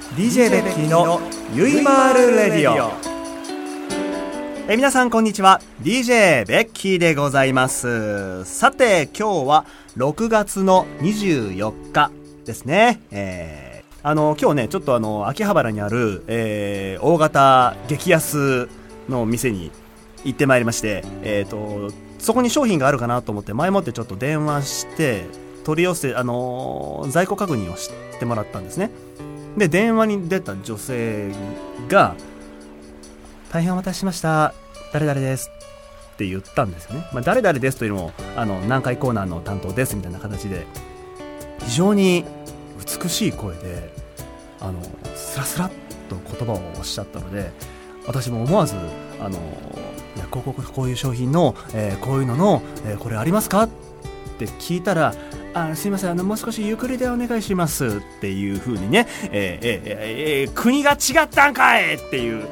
DJ ベッキーのゆいまーるレディオ。皆さんこんにちは、 DJ ベッキーでございます。さて今日は6月の24日ですね。今日ねちょっと秋葉原にある、大型激安の店に行ってまいりまして、そこに商品があるかなと思って前もってちょっと電話して取り寄せて、在庫確認をしてもらったんですね。で電話に出た女性が大変お待たせしました、誰々ですって言ったんですよね。誰々ですというのも南海コーナーの担当ですみたいな形で非常に美しい声でスラスラっと言葉をおっしゃったので、私も思わずいやこういう商品の、こういうのの、これありますかって聞いたら、すいませんもう少しゆっくりでお願いしますっていう風にね、国が違ったんかいっていう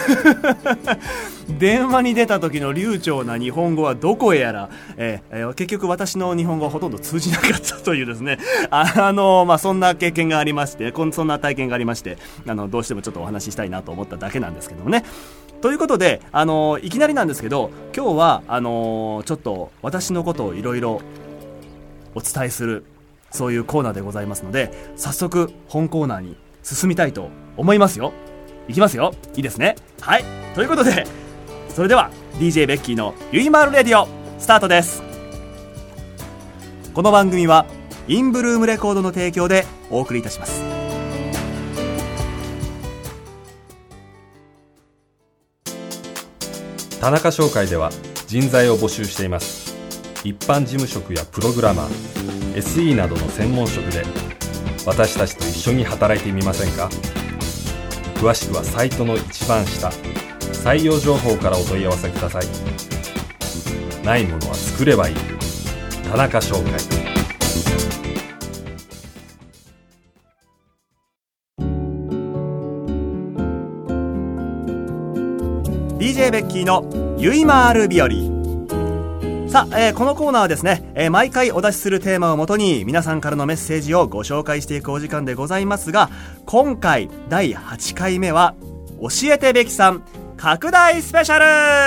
電話に出た時の流暢な日本語はどこへやら、結局私の日本語はほとんど通じなかったというですね、そんな経験がありまして、そんな体験がありまして、どうしてもちょっとお話ししたいなと思っただけなんですけどもね。ということでいきなりなんですけど、今日はちょっと私のことをいろいろお伝えするそういうコーナーでございますので、早速本コーナーに進みたいと思いますよ。いきますよ、いいですね。はい、ということでそれでは DJ ベッキーのゆいまーるレディオスタートです。この番組はインブルームレコードの提供でお送りいたします。 田中商会では人材を募集しています。一般事務職やプログラマー、 SE などの専門職で私たちと一緒に働いてみませんか。詳しくはサイトの一番下、採用情報からお問い合わせください。ないものは作ればいい。田中商会。 DJ ベッキーのゆいまーる日和。さあ、このコーナーはですね、毎回お出しするテーマをもとに皆さんからのメッセージをご紹介していくお時間でございますが、今回第8回目は教えてベキさん拡大スペシャ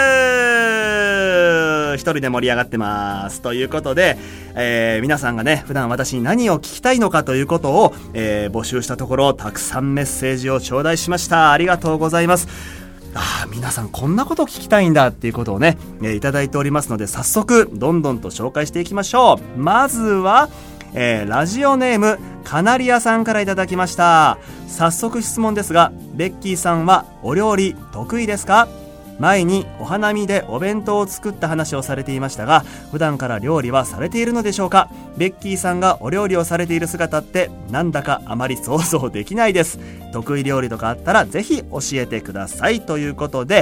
ル。一人で盛り上がってますということで、皆さんがね普段私に何を聞きたいのかということを、募集したところたくさんメッセージを頂戴しました。ありがとうございます。皆さんこんなこと聞きたいんだっていうことをね、いただいておりますので、早速どんどんと紹介していきましょう。まずは、ラジオネームカナリアさんからいただきました。早速質問ですが、ベッキーさんはお料理得意ですか？前にお花見でお弁当を作った話をされていましたが、普段から料理はされているのでしょうか？ベッキーさんがお料理をされている姿ってなんだかあまり想像できないです。得意料理とかあったらぜひ教えてくださいということで、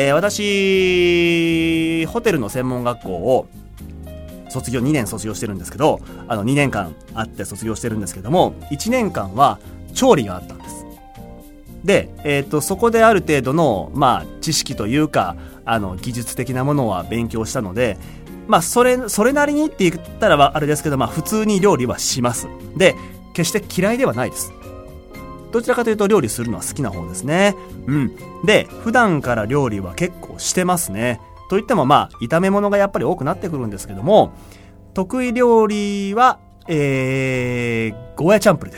私ホテルの専門学校を2年卒業してるんですけど、2年間あって卒業してるんですけども、1年間は調理があったんです。で、そこである程度の、知識というか技術的なものは勉強したので、それなりにって言ったらあれですけど、普通に料理はします。で、決して嫌いではないです。どちらかというと料理するのは好きな方ですね。で、普段から料理は結構してますね。といっても炒め物がやっぱり多くなってくるんですけども、得意料理はゴーヤチャンプルです。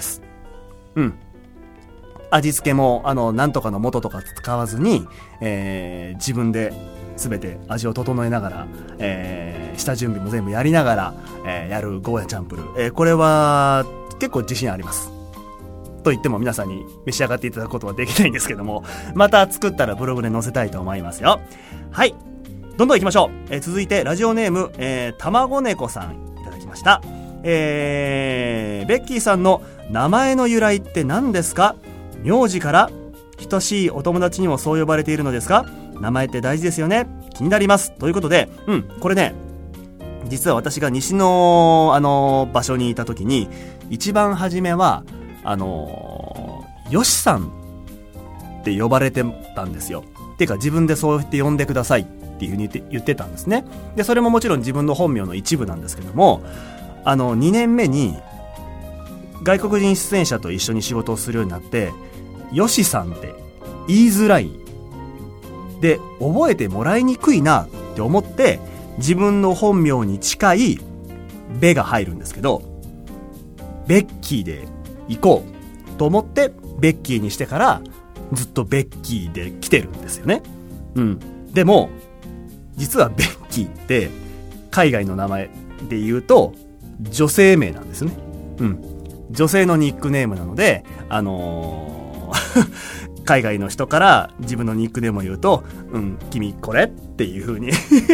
味付けもなんとかの素とか使わずに、自分で全て味を整えながら、下準備も全部やりながら、やるゴーヤチャンプル、これは結構自信あります。と言っても皆さんに召し上がっていただくことはできないんですけども、また作ったらブログで載せたいと思いますよ。はい、どんどん行きましょう。続いてラジオネーム、たまご猫さんいただきました。ベッキーさんの名前の由来って何ですか？名字から親しいお友達にもそう呼ばれているのですか？名前って大事ですよね、気になりますということで、これね、実は私が西の場所にいた時に一番初めはよしさんって呼ばれてたんですよ。っていうか自分でそうやって呼んでくださいっていう風に言ってたんですね。でそれももちろん自分の本名の一部なんですけども、2年目に外国人出演者と一緒に仕事をするようになって、 ヨシさんって言いづらいで覚えてもらいにくいなって思って自分の本名に近いベが入るんですけど、ベッキーで行こうと思ってベッキーにしてからずっとベッキーで来てるんですよね。でも実はベッキーって海外の名前で言うと女性名なんですね。女性のニックネームなので、海外の人から自分のニックネームを言うと、君これっていう風に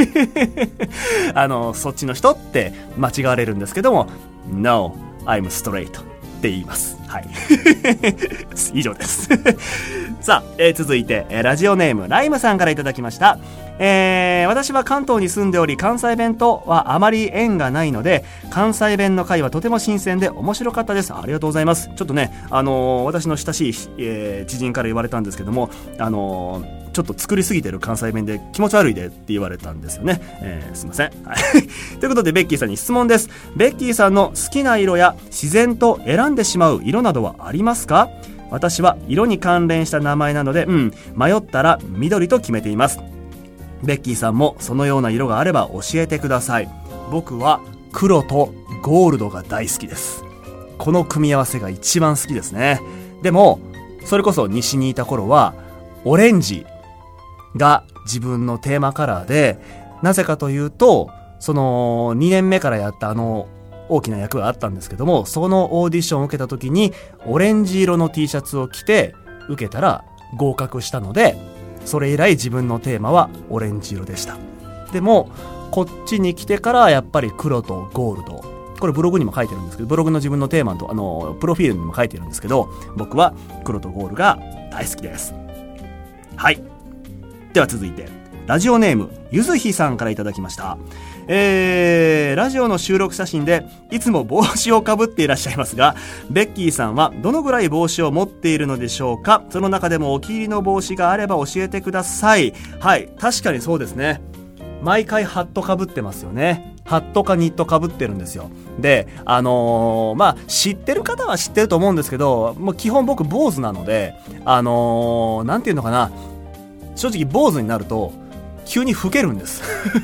そっちの人って間違われるんですけども、No, I'm straight って言います。はい。以上です。さあ、続いて、ラジオネームライムさんからいただきました。私は関東に住んでおり関西弁とはあまり縁がないので関西弁の回はとても新鮮で面白かったです。ありがとうございます。ちょっとね、私の親しい、知人から言われたんですけども、ちょっと作りすぎてる関西弁で気持ち悪いでって言われたんですよね。すいません。ということでベッキーさんに質問です。ベッキーさんの好きな色や自然と選んでしまう色などはありますか？私は色に関連した名前なので、迷ったら緑と決めています。ベッキーさんもそのような色があれば教えてください。僕は黒とゴールドが大好きです。この組み合わせが一番好きですね。でもそれこそ西にいた頃はオレンジが自分のテーマカラーで、なぜかというとその2年目からやった大きな役があったんですけども、そのオーディションを受けた時にオレンジ色の T シャツを着て受けたら合格したので、それ以来自分のテーマはオレンジ色でした。でもこっちに来てからやっぱり黒とゴールド、これブログにも書いてるんですけど、ブログの自分のテーマとプロフィールにも書いてるんですけど、僕は黒とゴールが大好きです。はい、では続いてラジオネームゆずひさんからいただきました。ラジオの収録写真でいつも帽子をかぶっていらっしゃいますが、ベッキーさんはどのぐらい帽子を持っているのでしょうか？その中でもお気に入りの帽子があれば教えてください。はい、確かにそうですね。毎回ハットかぶってますよね。ハットかニットかぶってるんですよ。で、知ってる方は知ってると思うんですけど、もう基本僕坊主なので、なんていうのかな、正直坊主になると急に老けるんです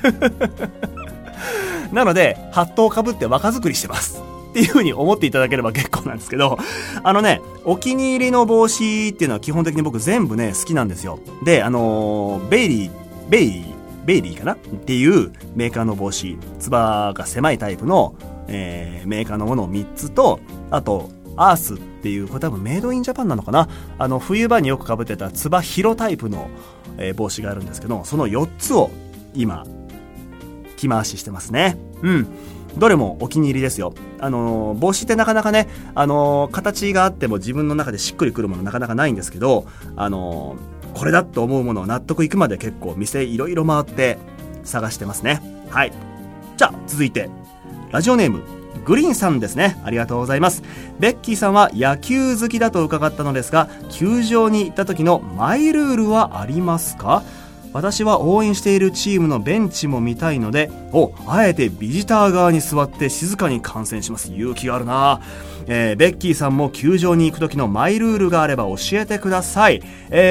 なのでハットをかぶって若作りしてますっていう風に思っていただければ結構なんですけど、お気に入りの帽子っていうのは基本的に僕全部ね好きなんですよ。で、ベイリーかなっていうメーカーの帽子、つばが狭いタイプの、メーカーのものを3つと、あとアースっていう、これ多分メイドインジャパンなのかな、冬場によく被ってたつば広タイプの、帽子があるんですけど、その4つを今着回ししてますね。どれもお気に入りですよ。帽子ってなかなかね、形があっても自分の中でしっくりくるものなかなかないんですけど、これだと思うものを納得いくまで結構店いろいろ回って探してますね。はい。じゃあ続いてラジオネームグリーンさんですね。ありがとうございます。ベッキーさんは野球好きだと伺ったのですが、球場に行った時のマイルールはありますか？私は応援しているチームのベンチも見たいので、あえてビジター側に座って静かに観戦します。勇気があるな。ベッキーさんも球場に行く時のマイルールがあれば教えてください。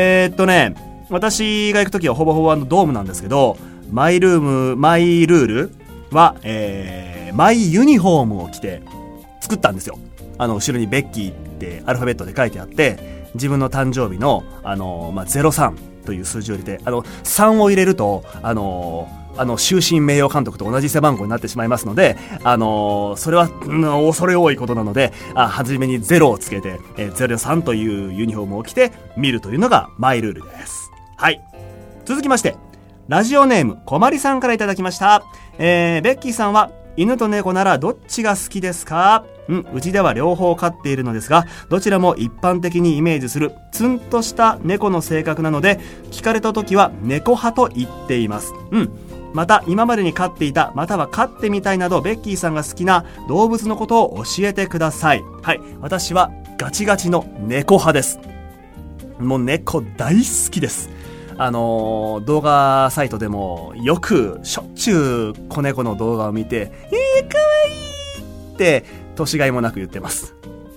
私が行く時はほぼほぼドームなんですけど、マイルールは、マイユニフォームを着て作ったんですよ。後ろにベッキーってアルファベットで書いてあって、自分の誕生日の03という数字を入れて、3を入れると終身名誉監督と同じ背番号になってしまいますので、それは、恐れ多いことなので、初めに0をつけて、03というユニフォームを着て見るというのがマイルールです。はい。続きまして、ラジオネームこまりさんからいただきました。ベッキーさんは犬と猫ならどっちが好きですか？うちでは両方飼っているのですが、どちらも一般的にイメージするツンとした猫の性格なので、聞かれた時は猫派と言っています。また今までに飼っていた、または飼ってみたいなどベッキーさんが好きな動物のことを教えてください。はい、私はガチガチの猫派です。もう猫大好きです。動画サイトでもよくしょっちゅう子猫の動画を見て、かわいいって年がいもなく言ってます。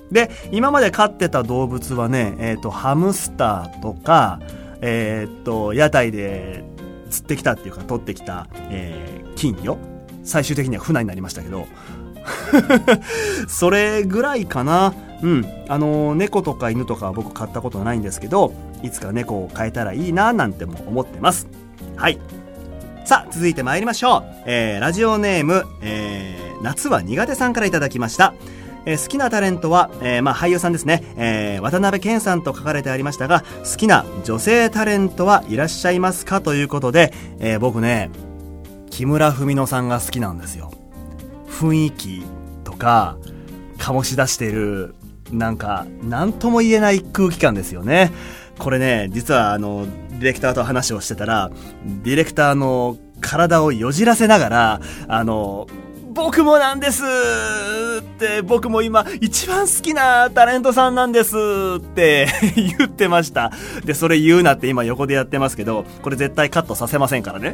で、今まで飼ってた動物はね、ハムスターとか、屋台で釣ってきたっていうか取ってきた、金魚、最終的には船になりましたけどそれぐらいかな。猫とか犬とかは僕飼ったことないんですけど、いつか猫を飼えたらいいななんても思ってます。はい。さあ、続いて参りましょう。ラジオネーム、夏は苦手さんからいただきました。好きなタレントは、俳優さんですね、渡辺謙さんと書かれてありましたが、好きな女性タレントはいらっしゃいますかということで、僕ね、木村文乃さんが好きなんですよ。雰囲気とか醸し出しているなんとも言えない空気感ですよね。これね、実はディレクターと話をしてたら、ディレクターの体をよじらせながら僕もなんですって、僕も今一番好きなタレントさんなんですって言ってました。で、それ言うなって今横でやってますけど、これ絶対カットさせませんからね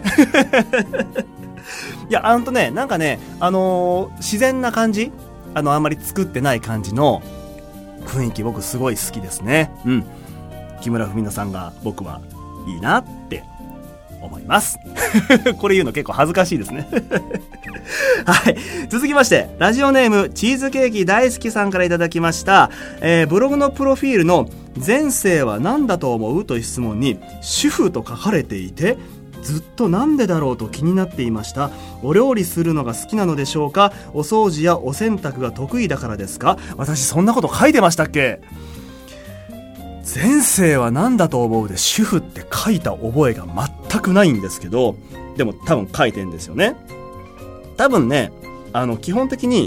いや、なんかね、自然な感じ、あんまり作ってない感じの雰囲気、僕すごい好きですね。木村文乃さんが僕はいいなって思いますこれ言うの結構恥ずかしいですねはい。続きまして、ラジオネームチーズケーキ大好きさんからいただきました。ブログのプロフィールの前世は何だと思うという質問に主婦と書かれていて、ずっとなんでだろうと気になっていました。お料理するのが好きなのでしょうか？お掃除やお洗濯が得意だからですか？私そんなこと書いてましたっけ？前世は何だと思うで主婦って書いた覚えが全くないんですけど、でも多分書いてんですよね。多分ね、基本的に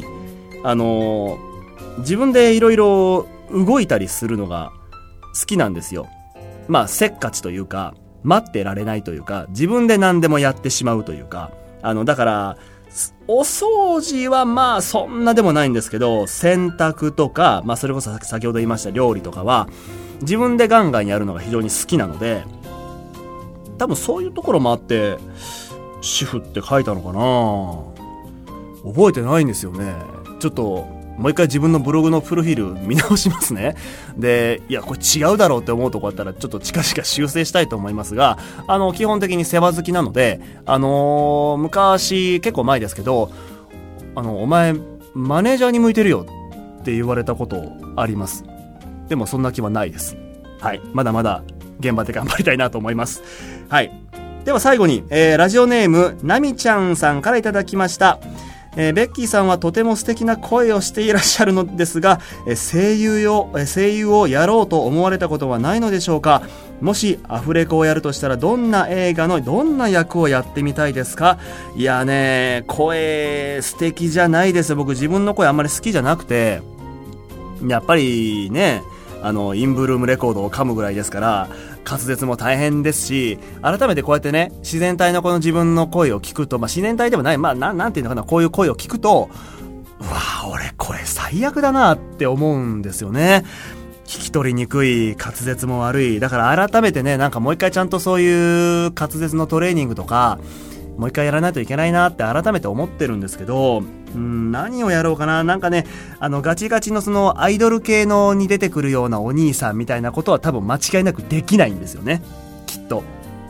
自分でいろいろ動いたりするのが好きなんですよ。せっかちというか、待ってられないというか、自分で何でもやってしまうというか、だからお掃除はそんなでもないんですけど、洗濯とか、それこそ先ほど言いました料理とかは自分でガンガンやるのが非常に好きなので、多分そういうところもあって主婦って書いたのかな。覚えてないんですよね。ちょっともう一回自分のブログのプロフィール見直しますね。で、いやこれ違うだろうって思うとこあったらちょっと近々修正したいと思いますが、基本的に世話好きなので、昔結構前ですけど、お前マネージャーに向いてるよって言われたことあります。でもそんな気はないです。はい、まだまだ現場で頑張りたいなと思います。はい。では最後に、ラジオネームなみちゃんさんからいただきました。ベッキーさんはとても素敵な声をしていらっしゃるのですが、声優をやろうと思われたことはないのでしょうか？もしアフレコをやるとしたらどんな映画のどんな役をやってみたいですか？いやね、声素敵じゃないです。僕自分の声あんまり好きじゃなくて、やっぱりね、インブルームレコードを噛むぐらいですから、滑舌も大変ですし、改めてこうやってね、自然体のこの自分の声を聞くと、自然体でもない、なんていうのかな、こういう声を聞くと、うわぁ、俺これ最悪だなって思うんですよね。聞き取りにくい、滑舌も悪い。だから改めてね、なんかもう一回ちゃんとそういう滑舌のトレーニングとか、もう一回やらないといけないなって改めて思ってるんですけど、何をやろうかな。なんかね、ガチガチのそのアイドル系のに出てくるようなお兄さんみたいなことは多分間違いなくできないんですよね、きっと。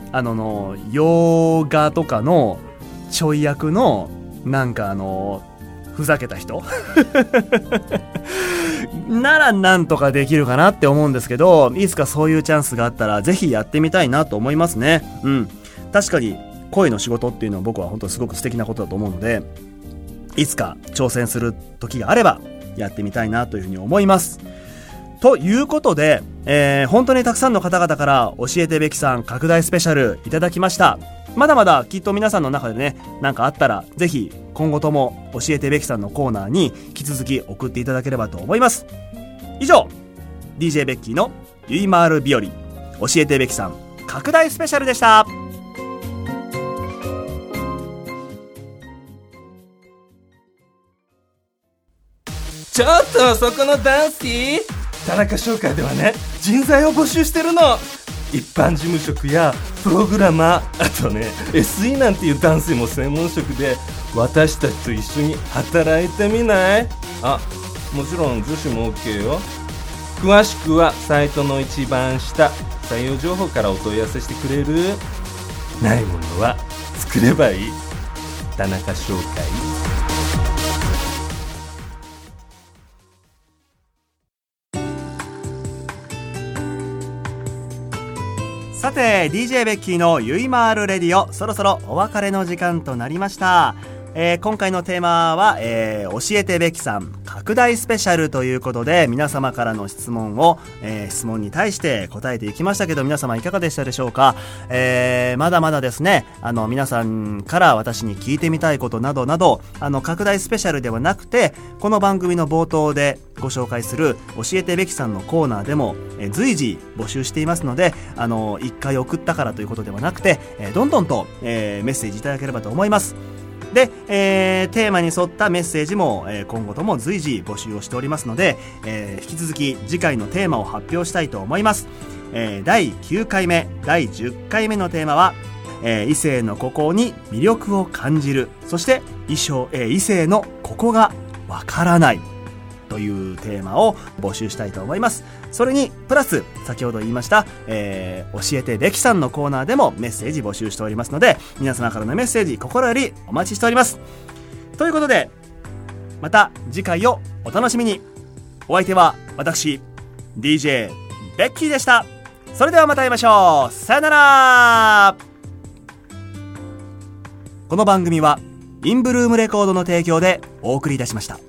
洋画とかのちょい役のなんかふざけた人ならなんとかできるかなって思うんですけど、いつかそういうチャンスがあったらぜひやってみたいなと思いますね。確かに声の仕事っていうのは僕は本当にすごく素敵なことだと思うので、いつか挑戦する時があればやってみたいなというふうに思います。ということで、本当にたくさんの方々から教えてべきさん拡大スペシャルいただきました。まだまだきっと皆さんの中でね、なんかあったらぜひ今後とも教えてべきさんのコーナーに引き続き送っていただければと思います。以上、 DJ ベッキーのゆいまーる日和教えてべきさん拡大スペシャルでした。 ちょっとそこの男子、田中商会ではね、人材を募集してるの。一般事務職やプログラマー、あとね SE なんていう男性も専門職で私たちと一緒に働いてみない？ もちろん女子も OK よ。詳しくはサイトの一番下、採用情報からお問い合わせしてくれる？ないものは作ればいい。田中商会。 さて DJ ベッキーのゆいまーるレディオ、そろそろお別れの時間となりました。今回のテーマは、教えてベッキーさん拡大スペシャルということで、皆様からの質問を、質問に対して答えていきましたけど、皆様いかがでしたでしょうか。まだまだですね、皆さんから私に聞いてみたいことなどなど、拡大スペシャルではなくて、この番組の冒頭でご紹介する教えてベッキーさんのコーナーでも、随時募集していますので、1回送ったからということではなくて、どんどんと、メッセージいただければと思います。で、テーマに沿ったメッセージも、今後とも随時募集をしておりますので、引き続き次回のテーマを発表したいと思います。第9回目、第10回目のテーマは、異性のここに魅力を感じる、そして異性のここがわからないというテーマを募集したいと思います。それにプラス先ほど言いました、教えてベキさんのコーナーでもメッセージ募集しておりますので、皆様からのメッセージ心よりお待ちしております。ということで、また次回をお楽しみに。お相手は私 DJ ベッキーでした。それではまた会いましょう。さよなら。この番組はインブルームレコードの提供でお送りいたしました。